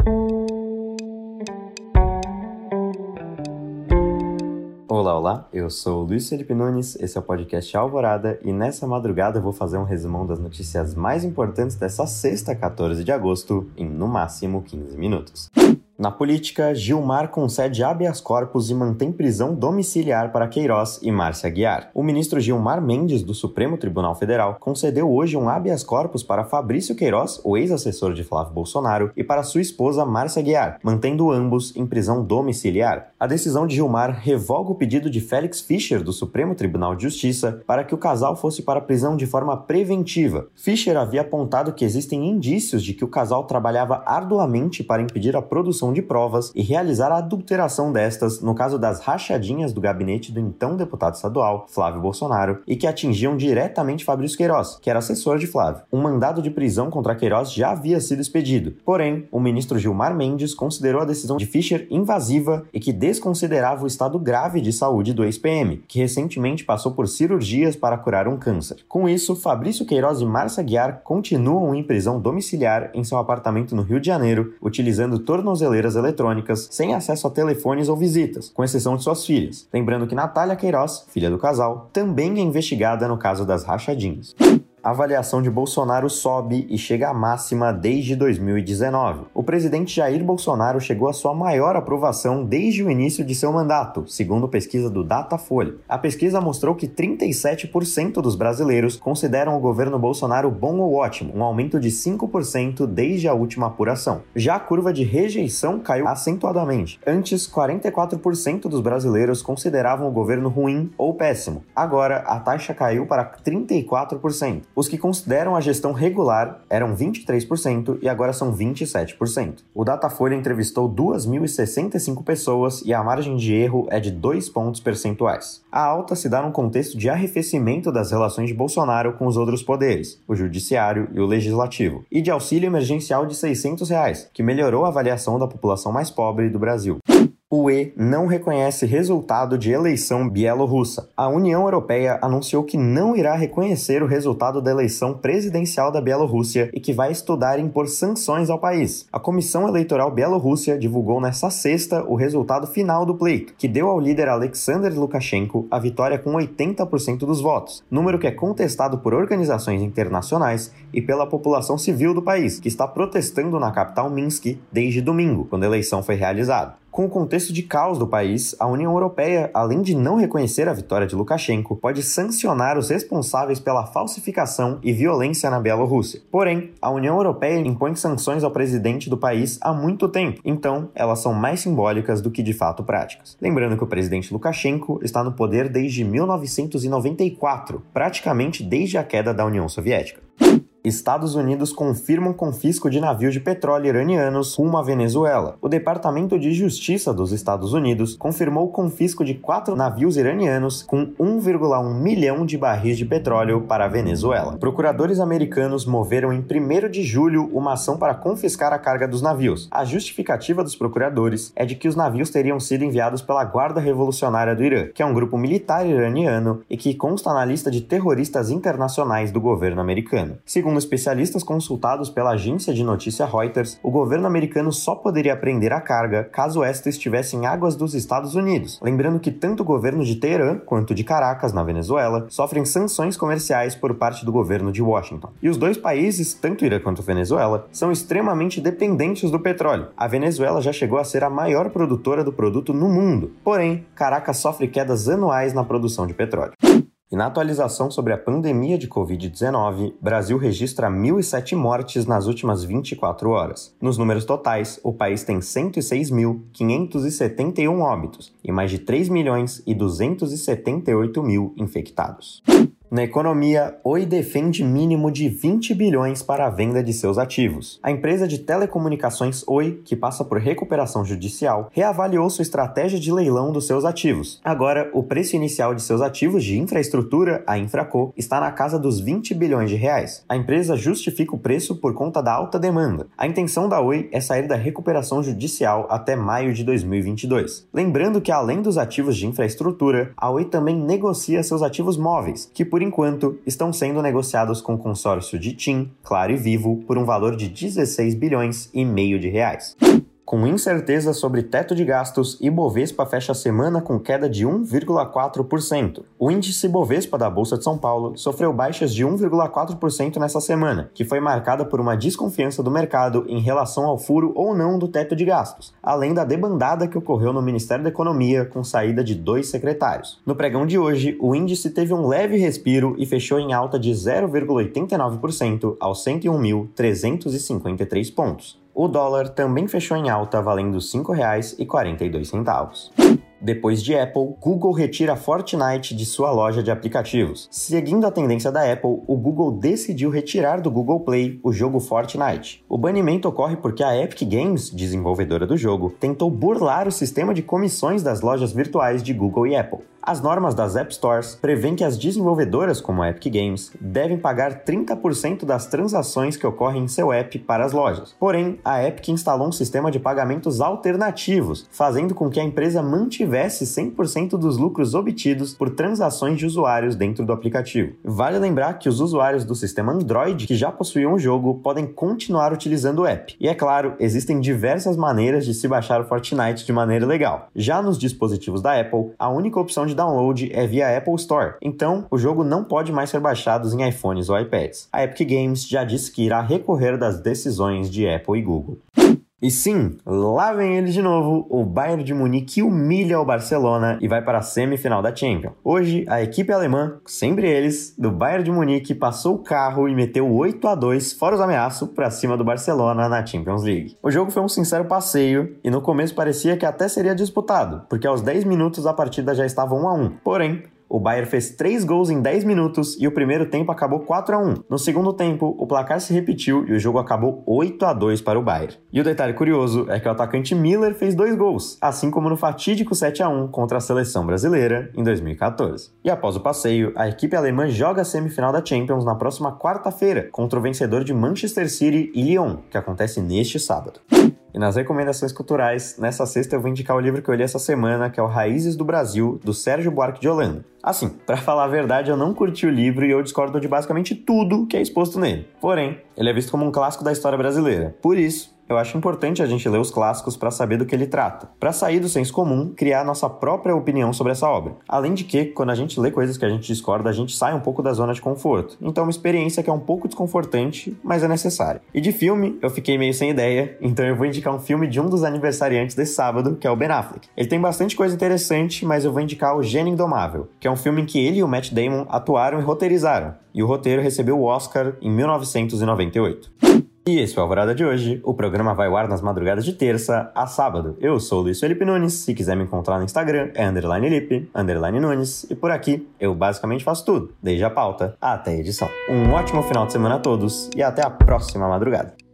Olá, eu sou o Luiz Felipe Nunes, esse é o podcast Alvorada e nessa madrugada eu vou fazer um resumão das notícias mais importantes dessa sexta, 14 de agosto, em no máximo 15 minutos. Na política, Gilmar concede habeas corpus e mantém prisão domiciliar para Queiroz e Márcia Aguiar. O ministro Gilmar Mendes, do Supremo Tribunal Federal, concedeu hoje um habeas corpus para Fabrício Queiroz, o ex-assessor de Flávio Bolsonaro, e para sua esposa Márcia Aguiar, mantendo ambos em prisão domiciliar. A decisão de Gilmar revoga o pedido de Félix Fischer, do Supremo Tribunal de Justiça, para que o casal fosse para a prisão de forma preventiva. Fischer havia apontado que existem indícios de que o casal trabalhava arduamente para impedir a produção de provas e realizar a adulteração destas no caso das rachadinhas do gabinete do então deputado estadual, Flávio Bolsonaro, e que atingiam diretamente Fabrício Queiroz, que era assessor de Flávio. Um mandado de prisão contra Queiroz já havia sido expedido. Porém, o ministro Gilmar Mendes considerou a decisão de Fischer invasiva e que desconsiderava o estado grave de saúde do ex-PM, que recentemente passou por cirurgias para curar um câncer. Com isso, Fabrício Queiroz e Márcia Aguiar continuam em prisão domiciliar em seu apartamento no Rio de Janeiro, utilizando tornozeleiras eletrônicas, sem acesso a telefones ou visitas, com exceção de suas filhas. Lembrando que Natália Queiroz, filha do casal, também é investigada no caso das rachadinhas. A avaliação de Bolsonaro sobe e chega à máxima desde 2019. O presidente Jair Bolsonaro chegou à sua maior aprovação desde o início de seu mandato, segundo pesquisa do Datafolha. A pesquisa mostrou que 37% dos brasileiros consideram o governo Bolsonaro bom ou ótimo, um aumento de 5% desde a última apuração. Já a curva de rejeição caiu acentuadamente. Antes, 44% dos brasileiros consideravam o governo ruim ou péssimo. Agora, a taxa caiu para 34%. Os que consideram a gestão regular eram 23% e agora são 27%. O Datafolha entrevistou 2.065 pessoas e a margem de erro é de 2 pontos percentuais. A alta se dá num contexto de arrefecimento das relações de Bolsonaro com os outros poderes, o judiciário e o legislativo, e de auxílio emergencial de R$ 600, que melhorou a avaliação da população mais pobre do Brasil. O UE não reconhece resultado de eleição bielorrussa. A União Europeia anunciou que não irá reconhecer o resultado da eleição presidencial da Bielorrússia e que vai estudar impor sanções ao país. A Comissão Eleitoral Bielorrússia divulgou nesta sexta o resultado final do pleito, que deu ao líder Alexander Lukashenko a vitória com 80% dos votos, número que é contestado por organizações internacionais e pela população civil do país, que está protestando na capital Minsk desde domingo, quando a eleição foi realizada. Com o contexto de caos do país, a União Europeia, além de não reconhecer a vitória de Lukashenko, pode sancionar os responsáveis pela falsificação e violência na Bielorrússia. Porém, a União Europeia impõe sanções ao presidente do país há muito tempo, então elas são mais simbólicas do que de fato práticas. Lembrando que o presidente Lukashenko está no poder desde 1994, praticamente desde a queda da União Soviética. Estados Unidos confirmam confisco de navios de petróleo iranianos rumo à Venezuela. O Departamento de Justiça dos Estados Unidos confirmou o confisco de 4 navios iranianos com 1,1 milhão de barris de petróleo para a Venezuela. Procuradores americanos moveram em 1º de julho uma ação para confiscar a carga dos navios. A justificativa dos procuradores é de que os navios teriam sido enviados pela Guarda Revolucionária do Irã, que é um grupo militar iraniano e que consta na lista de terroristas internacionais do governo americano. Segundo especialistas consultados pela agência de notícia Reuters, o governo americano só poderia apreender a carga caso esta estivesse em águas dos Estados Unidos. Lembrando que tanto o governo de Teherã quanto de Caracas, na Venezuela, sofrem sanções comerciais por parte do governo de Washington. E os dois países, tanto Irã quanto Venezuela, são extremamente dependentes do petróleo. A Venezuela já chegou a ser a maior produtora do produto no mundo. Porém, Caracas sofre quedas anuais na produção de petróleo. E na atualização sobre a pandemia de Covid-19, Brasil registra 1.007 mortes nas últimas 24 horas. Nos números totais, o país tem 106.571 óbitos e mais de 3.278.000 infectados. Na economia, Oi defende mínimo de 20 bilhões para a venda de seus ativos. A empresa de telecomunicações Oi, que passa por recuperação judicial, reavaliou sua estratégia de leilão dos seus ativos. Agora, o preço inicial de seus ativos de infraestrutura, a Infraco, está na casa dos 20 bilhões de reais. A empresa justifica o preço por conta da alta demanda. A intenção da Oi é sair da recuperação judicial até maio de 2022. Lembrando que, além dos ativos de infraestrutura, a Oi também negocia seus ativos móveis, que por enquanto estão sendo negociados com o consórcio de TIM, Claro e Vivo por um valor de 16 bilhões e meio de reais. Com incerteza sobre teto de gastos, Ibovespa fecha a semana com queda de 1,4%. O índice Ibovespa da Bolsa de São Paulo sofreu baixas de 1,4% nessa semana, que foi marcada por uma desconfiança do mercado em relação ao furo ou não do teto de gastos, além da debandada que ocorreu no Ministério da Economia com saída de 2 secretários. No pregão de hoje, o índice teve um leve respiro e fechou em alta de 0,89% aos 101.353 pontos. O dólar também fechou em alta, valendo R$ 5,42. Depois de Apple, Google retira Fortnite de sua loja de aplicativos. Seguindo a tendência da Apple, o Google decidiu retirar do Google Play o jogo Fortnite. O banimento ocorre porque a Epic Games, desenvolvedora do jogo, tentou burlar o sistema de comissões das lojas virtuais de Google e Apple. As normas das App Stores prevêem que as desenvolvedoras, como a Epic Games, devem pagar 30% das transações que ocorrem em seu app para as lojas. Porém, a Epic instalou um sistema de pagamentos alternativos, fazendo com que a empresa mantivesse 100% dos lucros obtidos por transações de usuários dentro do aplicativo. Vale lembrar que os usuários do sistema Android que já possuíam o jogo podem continuar utilizando o app. E é claro, existem diversas maneiras de se baixar o Fortnite de maneira legal. Já nos dispositivos da Apple, a única opção de download é via Apple Store, então o jogo não pode mais ser baixado em iPhones ou iPads. A Epic Games já disse que irá recorrer das decisões de Apple e Google. E sim, lá vem ele de novo, o Bayern de Munique humilha o Barcelona e vai para a semifinal da Champions. Hoje, a equipe alemã, sempre eles, do Bayern de Munique, passou o carro e meteu 8-2, fora os ameaços, para cima do Barcelona na Champions League. O jogo foi um sincero passeio e no começo parecia que até seria disputado, porque aos 10 minutos a partida já estava 1-1. Porém, o Bayern fez 3 gols em 10 minutos e o primeiro tempo acabou 4-1. No segundo tempo, o placar se repetiu e o jogo acabou 8-2 para o Bayern. E o detalhe curioso é que o atacante Miller fez 2 gols, assim como no fatídico 7-1 contra a seleção brasileira em 2014. E após o passeio, a equipe alemã joga a semifinal da Champions na próxima quarta-feira contra o vencedor de Manchester City e Lyon, que acontece neste sábado. E nas recomendações culturais, nessa sexta eu vou indicar o livro que eu li essa semana, que é o Raízes do Brasil, do Sérgio Buarque de Holanda. Assim, pra falar a verdade, eu não curti o livro e eu discordo de basicamente tudo que é exposto nele. Porém, ele é visto como um clássico da história brasileira. Por isso, eu acho importante a gente ler os clássicos para saber do que ele trata, para sair do senso comum, criar nossa própria opinião sobre essa obra. Além de que, quando a gente lê coisas que a gente discorda, a gente sai um pouco da zona de conforto. Então é uma experiência que é um pouco desconfortante, mas é necessária. E de filme, eu fiquei meio sem ideia, então eu vou indicar um filme de um dos aniversariantes desse sábado, que é o Ben Affleck. Ele tem bastante coisa interessante, mas eu vou indicar o Gênio Indomável, que é um filme em que ele e o Matt Damon atuaram e roteirizaram, e o roteiro recebeu o Oscar em 1998. E esse foi o Alvorada de hoje. O programa vai ao ar nas madrugadas de terça a sábado. Eu sou o Luiz Felipe Nunes. Se quiser me encontrar no Instagram, é _Lipe, _Nunes. E por aqui, eu basicamente faço tudo, desde a pauta até a edição. Um ótimo final de semana a todos e até a próxima madrugada.